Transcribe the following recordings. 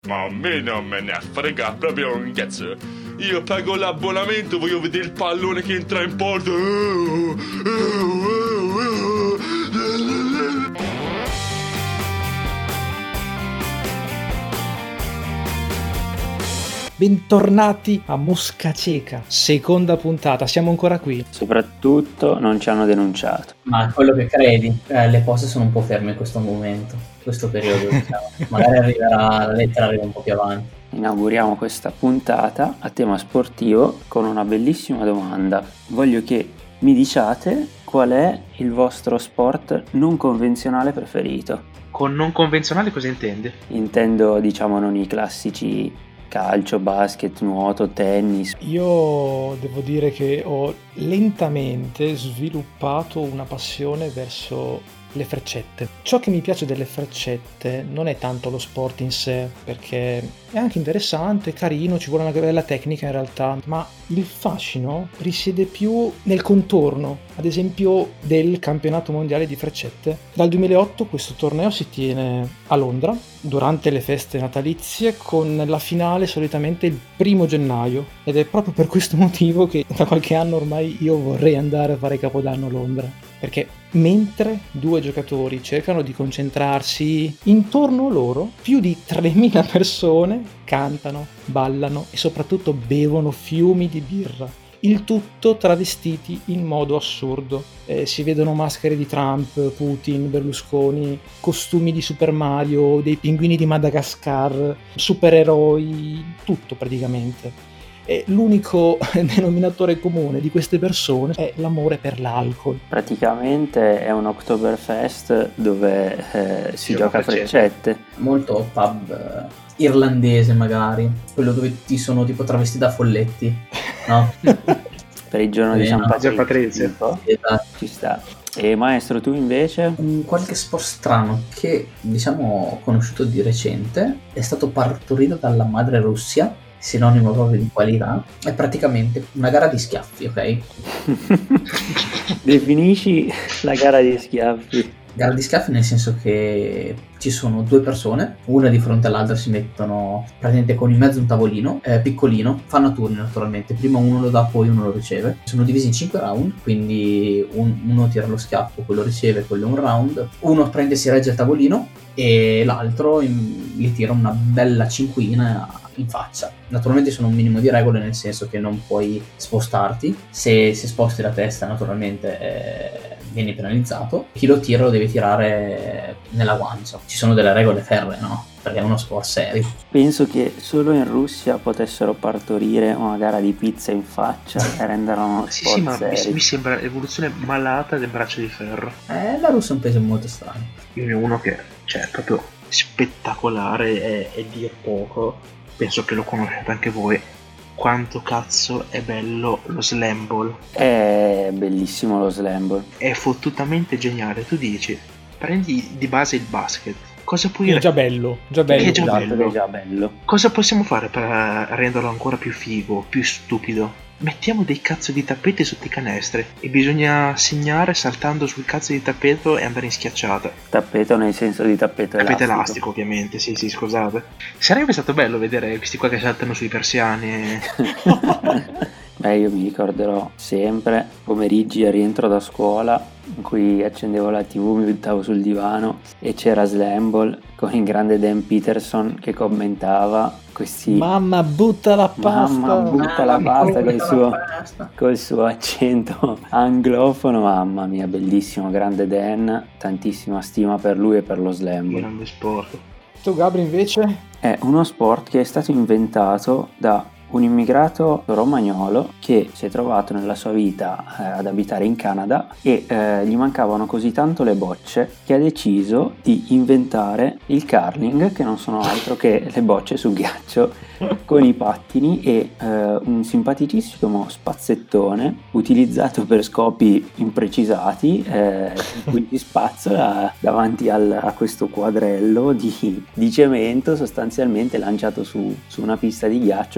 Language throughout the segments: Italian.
Ma a me non me ne frega proprio un cazzo. Io pago l'abbonamento, voglio vedere il pallone che entra in porta. Bentornati a Mosca Cieca, seconda puntata, siamo ancora qui. Soprattutto non ci hanno denunciato. Ma quello che credi, le poste sono un po' ferme in questo momento, in questo periodo, diciamo. Magari la lettera arriva un po' più avanti. Inauguriamo questa puntata a tema sportivo con una bellissima domanda. Voglio che mi diciate qual è il vostro sport non convenzionale preferito. Con non convenzionale cosa intendi? Intendo, diciamo, non i classici calcio, basket, nuoto, tennis. Io devo dire che ho lentamente sviluppato una passione verso le freccette. Ciò che mi piace delle freccette non è tanto lo sport in sé, perché è anche interessante, carino, ci vuole una bella tecnica in realtà, ma il fascino risiede più nel contorno, ad esempio del campionato mondiale di freccette. Dal 2008 questo torneo si tiene a Londra durante le feste natalizie, con la finale solitamente il 1° gennaio, ed è proprio per questo motivo che da qualche anno ormai io vorrei andare a fare Capodanno a Londra, perché mentre due giocatori cercano di concentrarsi, intorno a loro più di 3.000 persone cantano, ballano e soprattutto bevono fiumi di birra. Il tutto travestiti in modo assurdo. Si vedono maschere di Trump, Putin, Berlusconi, costumi di Super Mario, dei pinguini di Madagascar, supereroi, tutto praticamente. E l'unico denominatore comune di queste persone è l'amore per l'alcol. Praticamente è un Oktoberfest dove si gioca a freccette. Molto pub irlandese magari, quello dove ti sono tipo travestiti da folletti, no? Per il giorno di San Patrizio. Esatto. Ci sta. E maestro, tu invece? Qualche sport strano che diciamo ho conosciuto di recente è stato partorito dalla madre Russia, sinonimo proprio di qualità, è praticamente una gara di schiaffi, ok? Definisci la gara di schiaffi. Gara di schiaffi nel senso che ci sono due persone, una di fronte all'altra, si mettono praticamente con in mezzo un tavolino piccolino, fanno a turni naturalmente, prima uno lo dà, poi uno lo riceve. Sono divisi in 5 round, quindi uno tira lo schiaffo, quello riceve, quello è un round, uno prende e si regge il tavolino e l'altro gli tira una bella cinquina in faccia. Naturalmente sono un minimo di regole, nel senso che non puoi spostarti, se sposti la testa naturalmente vieni penalizzato. Chi lo tira lo deve tirare nella guancia. Ci sono delle regole ferree, no? Perché è uno sport serio. Penso che solo in Russia potessero partorire una gara di pizza in faccia e renderla uno sport ma serio. mi sembra l'evoluzione malata del braccio di ferro. La Russia è un paese molto strano. Io ne ho uno che, cioè, proprio spettacolare, è dir poco. Penso che lo conoscete anche voi. Quanto cazzo è bello lo slam ball. È bellissimo lo slam ball. È fottutamente geniale. Tu dici, prendi di base il basket. Cosa puoi È già bello, già bello. È già Esatto, bello. è già bello. Cosa possiamo fare per renderlo ancora più figo, più stupido? Mettiamo dei cazzo di tappeti sotto i canestri e bisogna segnare saltando sul cazzo di tappeto e andare in schiacciata. Tappeto nel senso di tappeto Elastico ovviamente, sì, scusate. Sarebbe stato bello vedere questi qua che saltano sui persiani. Beh, io mi ricorderò sempre pomeriggi a rientro da scuola in cui accendevo la TV, mi buttavo sul divano e c'era Slam Ball con il grande Dan Peterson che commentava questi... Mamma butta la pasta! Mamma butta la pasta col suo accento anglofono. Mamma mia, bellissimo, grande Dan, tantissima stima per lui e per lo Slam Ball. Grande sport. Tu Gabri invece? È uno sport che è stato inventato da un immigrato romagnolo che si è trovato nella sua vita ad abitare in Canada e gli mancavano così tanto le bocce che ha deciso di inventare il curling, che non sono altro che le bocce su ghiaccio con i pattini e un simpaticissimo spazzettone utilizzato per scopi imprecisati in cui si spazzola davanti a questo quadrello di cemento sostanzialmente lanciato su una pista di ghiaccio per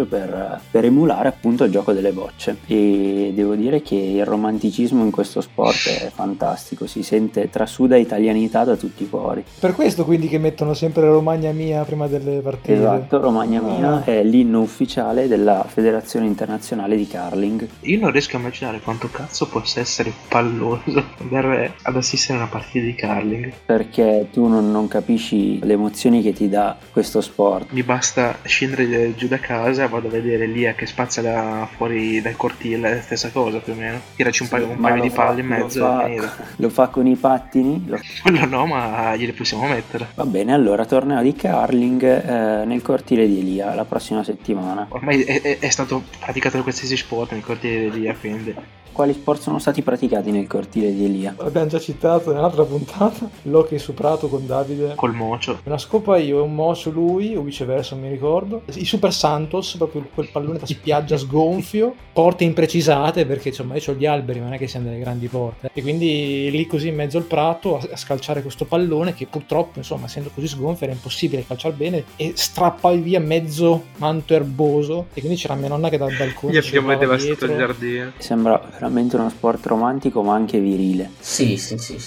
per emulare appunto il gioco delle bocce, e devo dire che il romanticismo in questo sport è fantastico, si sente, trasuda italianità da tutti i pori. Per questo quindi che mettono sempre Romagna Mia prima delle partite. Esatto, Romagna Mia è l'inno ufficiale della Federazione Internazionale di Curling. Io non riesco a immaginare quanto cazzo possa essere palloso andare ad assistere a una partita di curling. Perché tu non capisci le emozioni che ti dà questo sport. Mi basta scendere giù da casa, vado a vedere Lia che spazza fuori dal cortile, è la stessa cosa più o meno. Tiraci un paio di palle in mezzo. Lo fa con i pattini? Quello no, ma gliele possiamo mettere. Va bene, allora torneo di curling nel cortile di Elia la prossima settimana. Ormai è stato praticato qualsiasi sport nel cortile di Elia, quindi... Quali sport sono stati praticati nel cortile di Elia? L'abbiamo già citato nell'altra puntata, l'hockey su prato con Davide. Col mocio. Una scopa io e un mocio lui, o viceversa, non mi ricordo. I Super Santos, proprio quel pallone da spiaggia sgonfio, porte imprecisate, perché insomma io ho gli alberi, ma non è che siano delle grandi porte. E quindi lì così in mezzo al prato a scalciare questo pallone che purtroppo, insomma, essendo così sgonfio era impossibile calciare bene e strappavi via mezzo manto erboso. E quindi c'era mia nonna che dal balcone Gli abbiamo devastato dietro. il giardino. Sembra veramente uno sport romantico ma anche virile. Sì.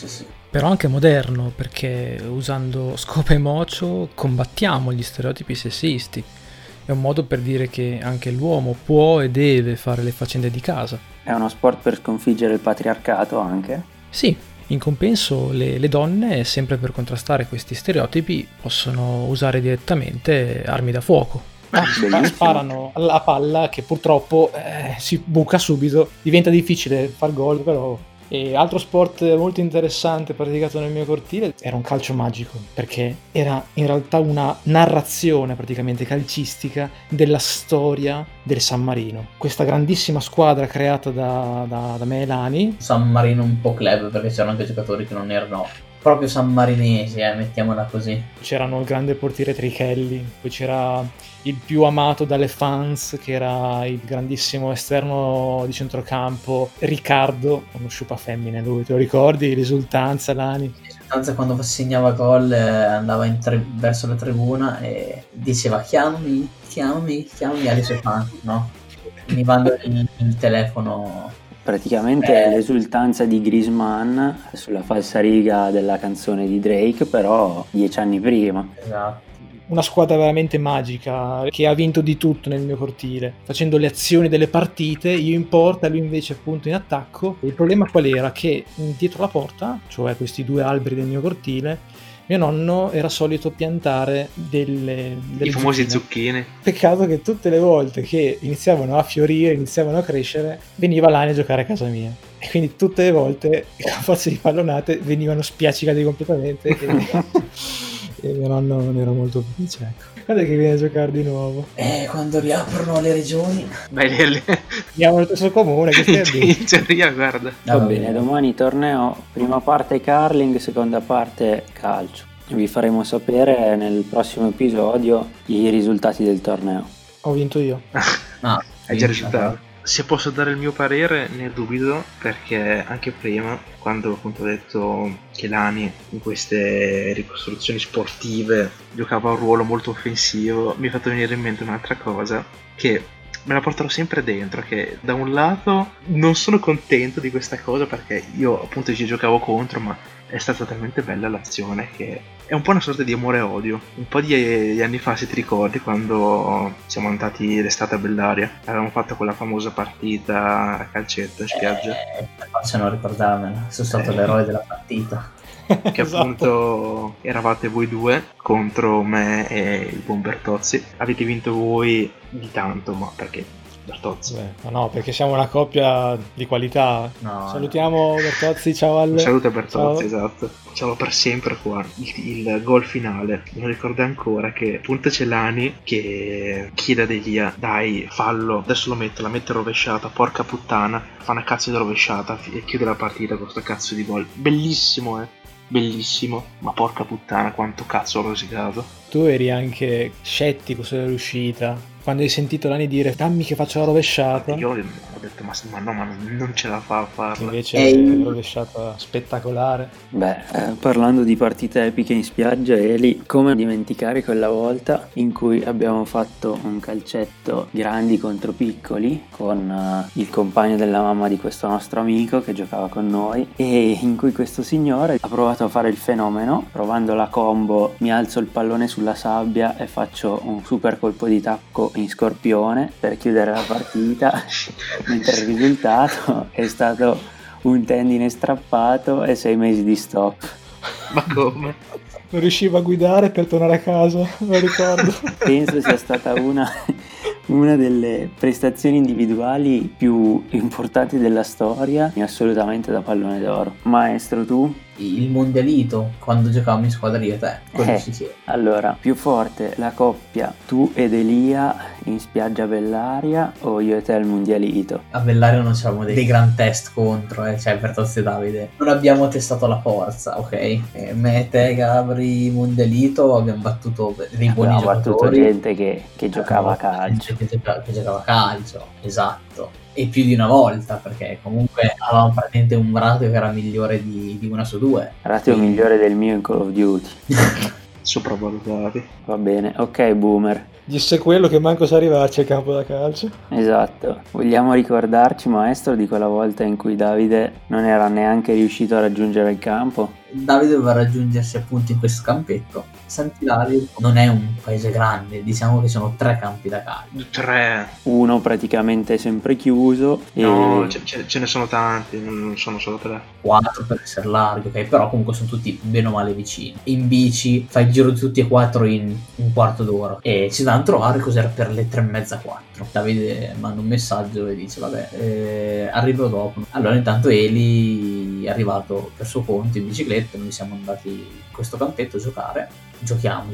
Però anche moderno, perché usando scopa e mocio combattiamo gli stereotipi sessisti. È un modo per dire che anche l'uomo può e deve fare le faccende di casa. È uno sport per sconfiggere il patriarcato anche? Sì, in compenso le donne, sempre per contrastare questi stereotipi, possono usare direttamente armi da fuoco. Sparano alla palla che purtroppo si buca subito, diventa difficile far gol, però. E altro sport molto interessante praticato nel mio cortile era un calcio magico, perché era in realtà una narrazione praticamente calcistica della storia del San Marino, questa grandissima squadra creata da me e Lani. San Marino un po' club, perché c'erano anche giocatori che non erano proprio sammarinesi, mettiamola così. C'erano il grande portiere Trichelli, poi c'era il più amato dalle fans, che era il grandissimo esterno di centrocampo Riccardo, uno sciupa femmine lui, te lo ricordi? L'esultanza, Lani? L'esultanza quando segnava gol andava verso la tribuna e diceva chiamami alle sue fan, no? Mi mando il telefono. Praticamente l'esultanza di Griezmann sulla falsariga della canzone di Drake, però 10 anni prima. Esatto. Una squadra veramente magica che ha vinto di tutto nel mio cortile, facendo le azioni delle partite, io in porta, lui invece appunto in attacco. Il problema qual era? Che dietro la porta, cioè questi due alberi del mio cortile, mio nonno era solito piantare delle I famosi zucchine. Peccato che tutte le volte che iniziavano a fiorire, iniziavano a crescere, veniva Lani a giocare a casa mia. E quindi tutte le volte, a forza di pallonate, venivano spiaccicati completamente. E mio nonno non era molto felice, ecco. Quando è che viene a giocare di nuovo? Quando riaprono le regioni. Beh, Andiamo allo stesso comune, che stai a dire? in teoria, guarda. Va bene, domani torneo, prima parte curling, seconda parte calcio. Vi faremo sapere nel prossimo episodio i risultati del torneo. Ho vinto io. Hai già risultato. Se posso dare il mio parere, ne dubito, perché anche prima, quando appunto ho detto che Lani in queste ricostruzioni sportive giocava un ruolo molto offensivo, mi è fatto venire in mente un'altra cosa che me la porterò sempre dentro, che da un lato non sono contento di questa cosa perché io appunto ci giocavo contro, ma è stata talmente bella l'azione che è un po' una sorta di amore e odio. Un po' di anni fa, se ti ricordi, quando siamo andati l'estate a Bellaria, avevamo fatto quella famosa partita a calcetto in spiaggia, Facciano ricordarmela, sono stato l'eroe della partita. che appunto eravate voi due contro me e il buon Bertozzi. Avete vinto voi di tanto, ma perché Bertozzi? No, perché siamo una coppia di qualità. No, Salutiamo Bertozzi, ciao Un saluto a Bertozzi, Ciao. esatto. Siamo per sempre qua. Il gol finale, me lo ricordo ancora, che appunto c'è Lani che chiede ad Elia: dai, fallo, adesso la mette rovesciata, porca puttana, fa una cazzo di rovesciata e chiude la partita con questo cazzo di gol. Bellissimo, bellissimo, ma porca puttana quanto cazzo ho rosicato. tu eri anche scettico sulla riuscita. Quando hai sentito Lani dire dammi che faccio la rovesciata, Io ho detto ma no, ma non ce la fa a farla. invece è una rovesciata spettacolare. Beh, parlando di partite epiche in spiaggia, Eli, come dimenticare quella volta in cui abbiamo fatto un calcetto grandi contro piccoli con il compagno della mamma di questo nostro amico che giocava con noi, e in cui questo signore ha provato a fare il fenomeno, provando la combo mi alzo il pallone sulla sabbia e faccio un super colpo di tacco in scorpione per chiudere la partita, mentre il risultato è stato un tendine strappato e 6 mesi di stop. Ma come? Non riusciva a guidare per tornare a casa, lo ricordo. Penso sia stata una delle prestazioni individuali più importanti della storia, assolutamente da pallone d'oro. Maestro, tu? Il mondialito, quando giocavamo in squadra io e te, quello sì. Allora, più forte la coppia tu ed Elia in spiaggia Bellaria o io e te al mondialito? A Bellaria non c'avevamo dei gran test contro, cioè Bertozzi e Davide. Non abbiamo testato la forza, ok? Me, te, Gabri, mondialito abbiamo battuto dei buoni Abbiamo giocatori. battuto gente che giocava a calcio. Che giocava a calcio, esatto. E più di una volta, perché comunque avevamo praticamente un ratio che era migliore di 1 su 2. Ratio migliore del mio in Call of Duty. Sopravvalutati. Va bene, ok boomer. Disse quello che manco sa arrivarci al campo da calcio. Esatto. Vogliamo ricordarci, maestro, di quella volta in cui Davide non era neanche riuscito a raggiungere il campo? Davide doveva raggiungersi appunto in questo campetto. Sant'Ilario non è un paese grande, diciamo che sono 3 campi da calcio. 3. Uno praticamente sempre chiuso e No, ce ne sono tanti, non sono solo 3. 4 per essere larghi, ok? Però comunque sono tutti bene o male vicini. In bici fai il giro di tutti e 4 in un quarto d'ora e ci danno a trovare cos'era per le 3:30, 4. Davide manda un messaggio e dice vabbè, arrivo dopo. Allora intanto Eli è arrivato per suo conto in bicicletta, noi siamo andati in questo campetto a giocare. Giochiamo,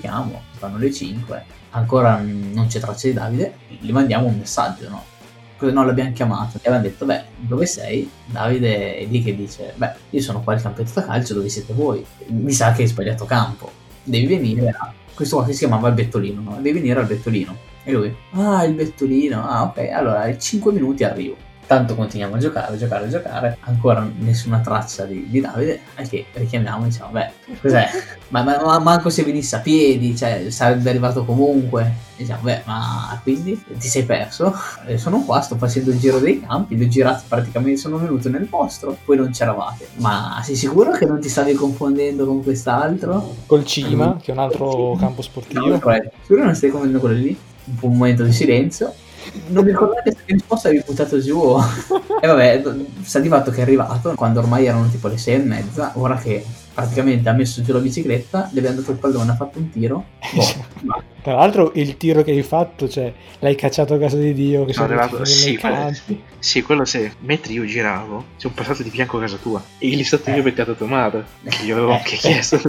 fanno le 5, ancora non c'è traccia di Davide, gli mandiamo un messaggio, no? Non l'abbiamo chiamato e avevamo detto beh, dove sei? Davide è lì che dice beh, io sono qua al campetto da calcio, dove siete voi? Mi sa che hai sbagliato campo, devi venire a... questo qua che si chiamava il Bettolino, no? Devi venire al Bettolino. E lui, il Bettolino, ok, allora in 5 minuti arrivo. Tanto continuiamo a giocare, ancora nessuna traccia di Davide, che richiamiamo e diciamo, beh, cos'è? ma manco se venisse a piedi, cioè sarebbe arrivato comunque. E diciamo, beh, ma quindi ti sei perso? Sono qua, sto facendo il giro dei campi, li ho girati praticamente, sono venuto nel vostro, poi non c'eravate. Ma sei sicuro che non ti stavi confondendo con quest'altro? Col Cima, che è un altro campo sportivo. No, sicuro non stai confondendo quello lì? Un momento di silenzio. Non mi ricordate che risposta avevi buttato giù. E vabbè, sta di fatto che è arrivato quando ormai erano tipo le 6:30. Ora che praticamente ha messo giù la bicicletta, gli abbiamo dato il pallone, ha fatto un tiro. Tra l'altro il tiro che hai fatto, cioè l'hai cacciato a casa di Dio, che sono arrivato, nei campi. Sì, quello sì. Mentre io giravo, sono passato di fianco a casa tua e lì stato io beccato tua madre, che gli avevo anche chiesto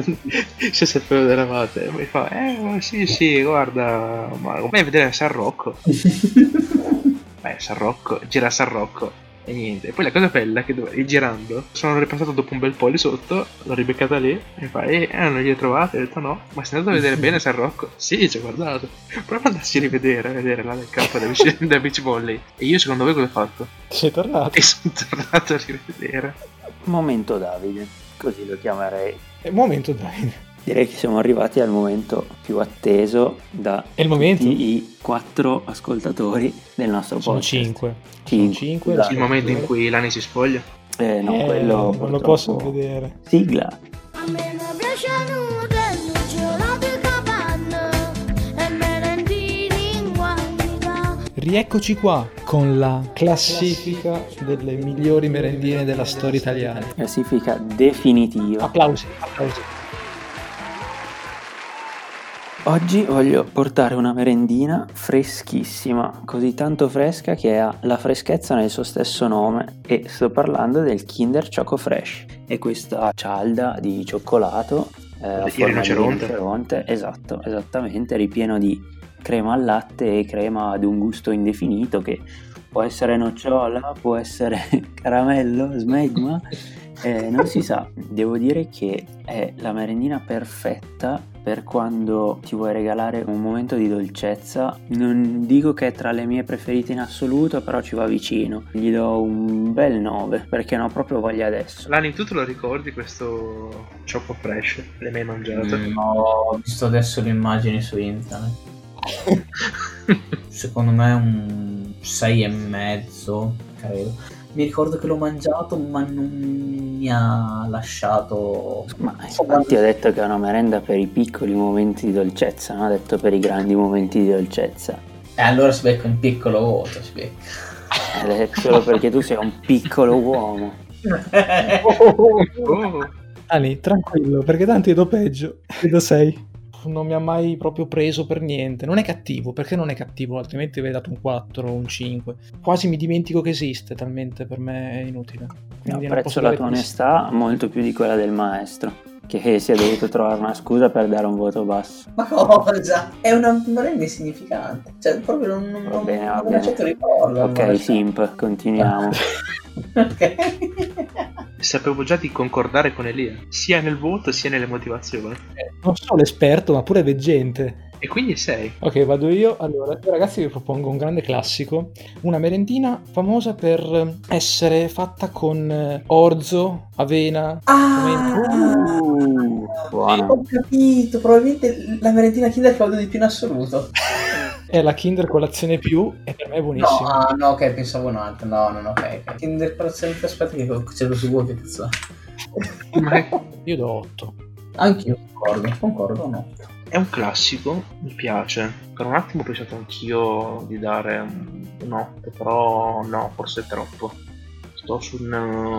se sapevo dove eravate. E mi fa, sì, guarda, ma come vedere San Rocco? San Rocco, gira a San Rocco. E niente, e poi la cosa bella è che girando sono ripassato dopo un bel po' lì sotto, l'ho ribeccata lì e fa non li hai trovate? Ho detto no, ma sei andato a vedere bene San Rocco? Sì, ci ho guardato. Prova ad andarsi a vedere là nel campo da beach volley. E io secondo voi cosa ho fatto? Sei tornato? E sono tornato a rivedere. Momento Davide, così lo chiamerei. Momento Davide. Direi che siamo arrivati al momento più atteso da tutti i 4 ascoltatori del nostro podcast. Sono 5. Il momento in cui Lani si spoglia? No, quello non lo posso vedere. Sigla. A me non piace nulla, gelato e capanna e merendini in quantità. Rieccoci qua con la classifica delle migliori merendine della storia italiana. Classifica definitiva. Applausi. Oggi voglio portare una merendina freschissima, così tanto fresca che ha la freschezza nel suo stesso nome, e sto parlando del Kinder Choco Fresh. È questa cialda di cioccolato a forma di rinoceronte, esattamente, ripieno di crema al latte e crema ad un gusto indefinito che può essere nocciola, può essere caramello, smegma, Non si sa, devo dire che è la merendina perfetta per quando ti vuoi regalare un momento di dolcezza. Non dico che è tra le mie preferite in assoluto, però ci va vicino. Gli do un bel 9 perché ne ho proprio voglia adesso. Lani, tu te lo ricordi questo Choco Fresh? L'hai mai mangiato? No, ho visto adesso le immagini su internet. Secondo me è un 6,5, credo. Mi ricordo che l'ho mangiato, ma non mi ha lasciato. Ma infatti ho detto che è una merenda per i piccoli momenti di dolcezza, non ho detto per i grandi momenti di dolcezza. Allora si becca un piccolo voto, si becca. È solo perché tu sei un piccolo uomo. Oh. Ani, tranquillo, perché tanto io do peggio. Io do 6. Non mi ha mai proprio preso per niente. Non è cattivo, perché non è cattivo, altrimenti avrei dato un 4 o un 5. Quasi mi dimentico che esiste, talmente per me è inutile. Quindi non Apprezzo posso la dare tua così. onestà molto più di quella del maestro, che si è dovuto trovare una scusa per dare un voto basso. Ma cosa? È una merenda insignificante. Cioè, proprio non Va bene, va non bene. accetto ricordo. Ok, simp, continuiamo. Ok. Sapevo già di concordare con Elia, sia nel voto sia nelle motivazioni. Non solo esperto, ma pure veggente. E quindi 6. Ok, vado io. Allora, io ragazzi vi propongo un grande classico. Una merendina famosa per essere fatta con orzo, avena, Buono. Ho capito, probabilmente la merendina Kinder che ho di più in assoluto. è la Kinder Colazione Più e per me è buonissima. No, ok, pensavo un altro. No, ok. Kinder Colazione Più, aspetta che cedo su Google, che cazzo è. Io do 8. Anch'io concordo, no. È un classico, mi piace. Per un attimo ho pensato anch'io di dare un 8, però no, forse è troppo. Sto su un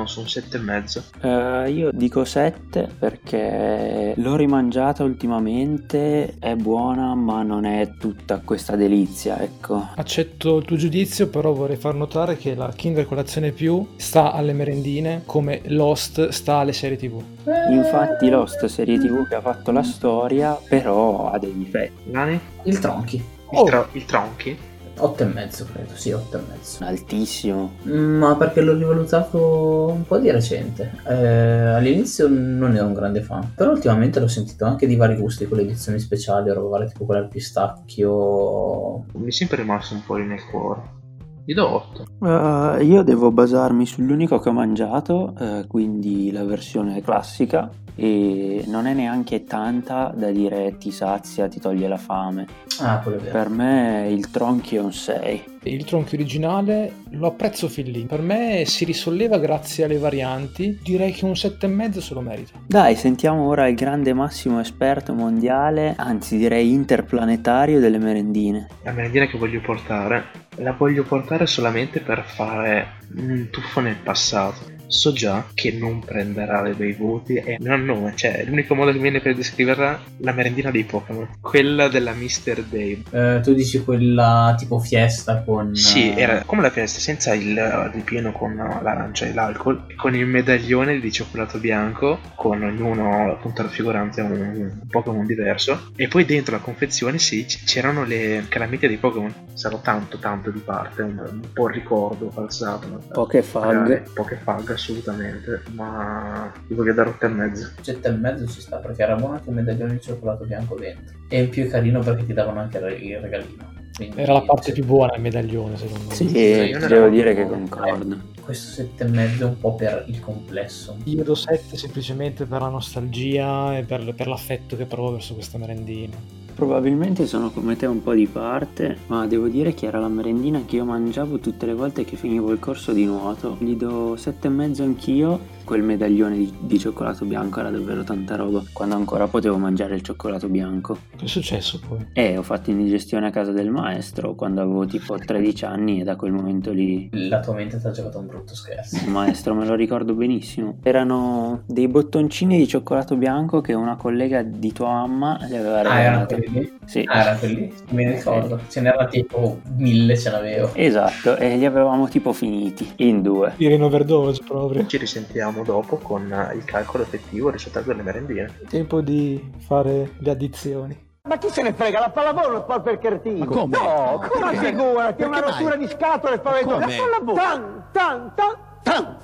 7,5. Io dico 7 perché l'ho rimangiata ultimamente, è buona ma non è tutta questa delizia, ecco. Accetto il tuo giudizio, però vorrei far notare che la Kinder Colazione Più sta alle merendine come Lost sta alle serie TV. Infatti Lost, serie TV che ha fatto la storia, però ha dei difetti. Lani? Il Tronchi. Il Tronchi? 8,5 credo, sì, 8,5. Altissimo. Ma perché l'ho rivalutato un po' di recente. All'inizio non ero un grande fan, però ultimamente l'ho sentito anche di vari gusti con le edizioni speciali, roba varia, tipo quella al pistacchio. Mi è sempre rimasto un po' lì nel cuore. Gli do 8. Io devo basarmi sull'unico che ho mangiato, quindi la versione classica, e non è neanche tanta da dire ti sazia, ti toglie la fame. Ah, quello è vero. Per me il Tronchi è un 6. Il Tronchi originale lo apprezzo fin lì. Per me si risolleva grazie alle varianti. Direi che un 7,5 se lo merita. Dai, sentiamo ora il grande massimo esperto mondiale, anzi direi interplanetario delle merendine. La merendina che voglio portare, la voglio portare solamente per fare un tuffo nel passato. So già che non prenderà dei bei voti e non ha nome, cioè l'unico modo che mi viene per descriverla la merendina dei Pokémon, quella della Mr. Dave. Tu dici quella tipo fiesta con... Sì, era come la festa, senza il ripieno con l'arancia e l'alcol, con il medaglione di cioccolato bianco, con ognuno appunto raffigurante un Pokémon diverso, e poi dentro la confezione sì, c'erano le calamite dei Pokémon. Sarò tanto di parte, un po' il ricordo falsato. Pokéfag assolutamente, ma io voglio dare 8,5. 7,5 ci sta, perché era buono anche il medaglione di cioccolato bianco dentro. E in più è carino perché ti davano anche il regalino. Quindi, Era la parte più buona il medaglione, secondo me. Sì, io ne devo ero dire un po'- che concordo. Questo 7,5 è un po' per il complesso. Io do 7 semplicemente per la nostalgia e per l'affetto che provo verso questa merendina. Probabilmente sono come te un po' di parte, ma devo dire che era la merendina che io mangiavo tutte le volte che finivo il corso di nuoto. Gli do 7,5 anch'io. Quel medaglione di cioccolato bianco era davvero tanta roba, quando ancora potevo mangiare il cioccolato bianco. Che è successo poi? Ho fatto indigestione a casa del maestro quando avevo tipo 13 anni e da quel momento lì La tua mente ti ha giocato un brutto scherzo. il maestro me lo ricordo benissimo. Erano dei bottoncini di cioccolato bianco che una collega di tua mamma gli aveva Erano regalato. quelli lì? Sì. Erano quelli lì, mi ricordo. Ce n'era tipo 1000, ce l'avevo. Esatto, e li avevamo tipo finiti in 2. Dire in overdose proprio. Ci risentiamo dopo con il calcolo effettivo del risultato delle merendine. Tempo di fare le addizioni. Ma chi se ne frega, la pallavolo fa per Chertino. Ma come? No, come figurati, è una rottura di scatole spaventosa. La pallavolo. Tan.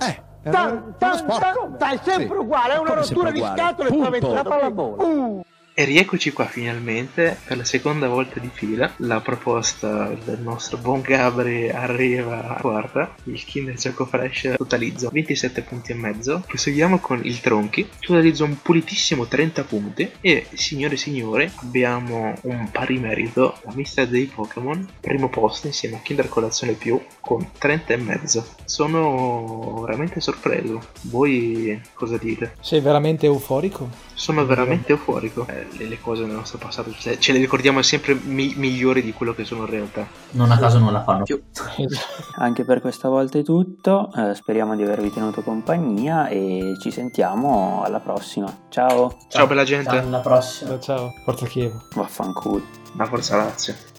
Dai, sempre uguale, è una rottura di scatole spaventata. E rieccoci qua finalmente per la seconda volta di fila. La proposta del nostro buon Gabri arriva a quarta. Il Kinder Choco Fresh totalizza 27 punti e mezzo. Proseguiamo con il Tronchi, totalizza un pulitissimo 30 punti. E signore e signori, abbiamo un pari merito, la mister dei Pokémon, primo posto insieme a Kinder Colazione Più con 30 e mezzo. Sono veramente sorpreso. Voi cosa dite? Sei veramente euforico? Sono veramente euforico. Le cose nel nostro passato ce le ricordiamo sempre migliori di quello che sono in realtà. Non a caso non la fanno più. Anche per questa volta è tutto, speriamo di avervi tenuto compagnia e ci sentiamo alla prossima. Ciao Ciao bella gente. Alla prossima. Ciao, Forza Chievo. Vaffanculo. La Forza Lazio.